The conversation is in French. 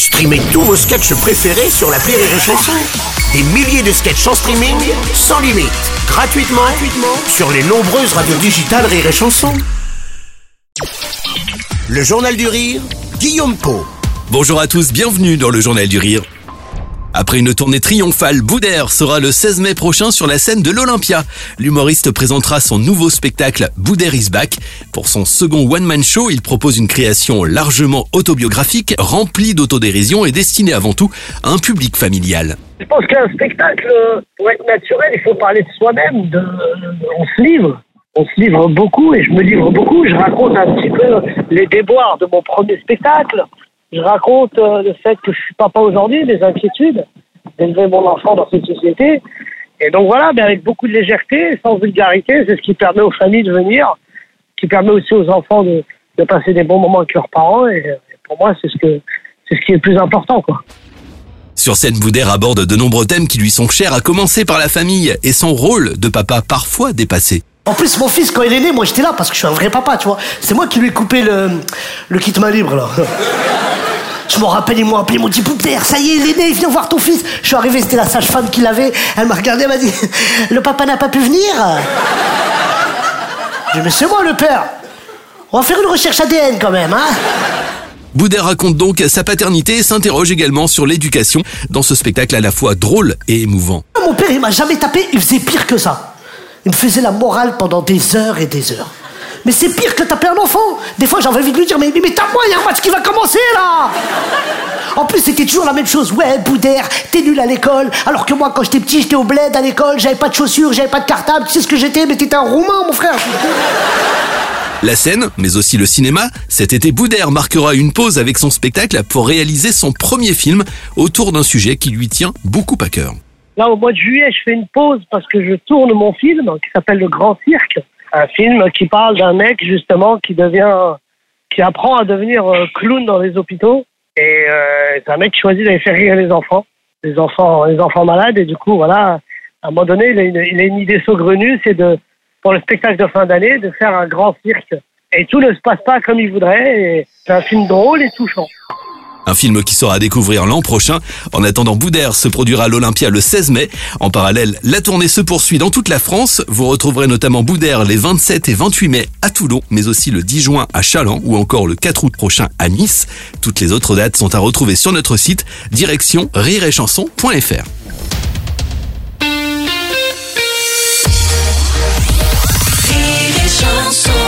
Streamez tous vos sketchs préférés sur l'appli Rire et Chanson. Des milliers de sketchs en streaming, sans limite, gratuitement sur les nombreuses radios digitales Rire et Chanson. Le Journal du Rire, Guillaume Pau. Bonjour à tous, bienvenue dans le Journal du Rire. Après une tournée triomphale, Boudère sera le 16 mai prochain sur la scène de l'Olympia. L'humoriste présentera son nouveau spectacle Boudère is back. Pour son second one-man show, il propose une création largement autobiographique, remplie d'autodérision et destinée avant tout à un public familial. Je pense qu'un spectacle, pour être naturel, il faut parler de soi-même. On se livre. On se livre beaucoup et je me livre beaucoup. Je raconte un petit peu les déboires de mon premier spectacle. Je raconte le fait que je suis papa aujourd'hui, mes inquiétudes d'élever mon enfant dans cette société. Et donc voilà, mais avec beaucoup de légèreté, sans vulgarité, c'est ce qui permet aux familles de venir, qui permet aussi aux enfants de passer des bons moments avec leurs parents. Et pour moi, c'est ce qui est le plus important, quoi. Sur scène, Boudère aborde de nombreux thèmes qui lui sont chers, à commencer par la famille et son rôle de papa parfois dépassé. En plus, mon fils, quand il est né, moi j'étais là parce que je suis un vrai papa, tu vois. C'est moi qui lui ai coupé le kit main libre, là. Je m'en rappelle, ils m'ont appelé, ils m'ont dit Boudère, ça y est, il est né, viens voir ton fils. Je suis arrivé, c'était la sage-femme qui l'avait. Elle m'a regardé, elle m'a dit le papa n'a pas pu venir. J'ai dit mais c'est moi le père. On va faire une recherche ADN quand même, hein. Boudère raconte donc sa paternité et s'interroge également sur l'éducation dans ce spectacle à la fois drôle et émouvant. Mon père, il m'a jamais tapé, il faisait pire que ça. Il me faisait la morale pendant des heures et des heures. Mais c'est pire que taper un enfant. Des fois, j'avais envie de lui dire, mais tape-moi, il y a un match qui va commencer, là. En plus, c'était toujours la même chose. Ouais, Boudère, t'es nul à l'école. Alors que moi, quand j'étais petit, j'étais au bled à l'école, j'avais pas de chaussures, j'avais pas de cartable. Tu sais ce que j'étais? Mais t'étais un Roumain, mon frère. La scène, mais aussi le cinéma, cet été, Boudère marquera une pause avec son spectacle pour réaliser son premier film autour d'un sujet qui lui tient beaucoup à cœur. Là, au mois de juillet, je fais une pause parce que je tourne mon film qui s'appelle Le Grand Cirque. Un film qui parle d'un mec, justement, qui apprend à devenir clown dans les hôpitaux. Et c'est un mec qui choisit d'aller faire rire les enfants malades. Et du coup, voilà, à un moment donné, il a une idée saugrenue, c'est pour le spectacle de fin d'année, de faire un grand cirque. Et tout ne se passe pas comme il voudrait. Et c'est un film drôle et touchant. Un film qui sera à découvrir l'an prochain. En attendant, Boudère se produira à l'Olympia le 16 mai. En parallèle, la tournée se poursuit dans toute la France. Vous retrouverez notamment Boudère les 27 et 28 mai à Toulon, mais aussi le 10 juin à Challans ou encore le 4 août prochain à Nice. Toutes les autres dates sont à retrouver sur notre site, direction rireetchanson.fr. Rire et Chanson.